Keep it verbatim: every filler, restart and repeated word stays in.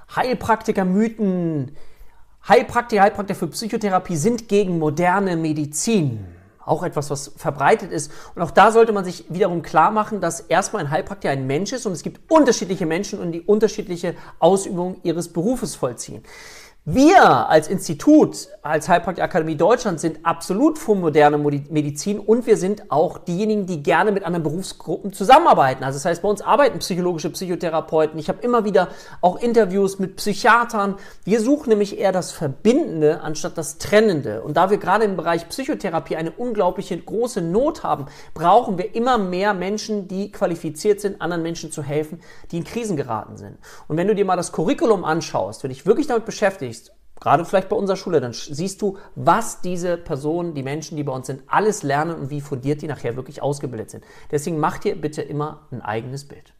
Heilpraktiker-Mythen. Heilpraktiker, Heilpraktiker für Psychotherapie sind gegen moderne Medizin. Auch etwas, was verbreitet ist. Und auch da sollte man sich wiederum klar machen, dass erstmal ein Heilpraktiker ein Mensch ist und es gibt unterschiedliche Menschen und die unterschiedliche Ausübung ihres Berufes vollziehen. Wir als Institut, als Heilpraktiker-Akademie Deutschland sind absolut für moderne Medizin und wir sind auch diejenigen, die gerne mit anderen Berufsgruppen zusammenarbeiten. Also das heißt, bei uns arbeiten psychologische Psychotherapeuten. Ich habe immer wieder auch Interviews mit Psychiatern. Wir suchen nämlich eher das Verbindende anstatt das Trennende. Und da wir gerade im Bereich Psychotherapie eine unglaubliche große Not haben, brauchen wir immer mehr Menschen, die qualifiziert sind, anderen Menschen zu helfen, die in Krisen geraten sind. Und wenn du dir mal das Curriculum anschaust, wenn dich wirklich damit beschäftigst, gerade vielleicht bei unserer Schule, dann siehst du, was diese Personen, die Menschen, die bei uns sind, alles lernen und wie fundiert die nachher wirklich ausgebildet sind. Deswegen mach dir bitte immer ein eigenes Bild.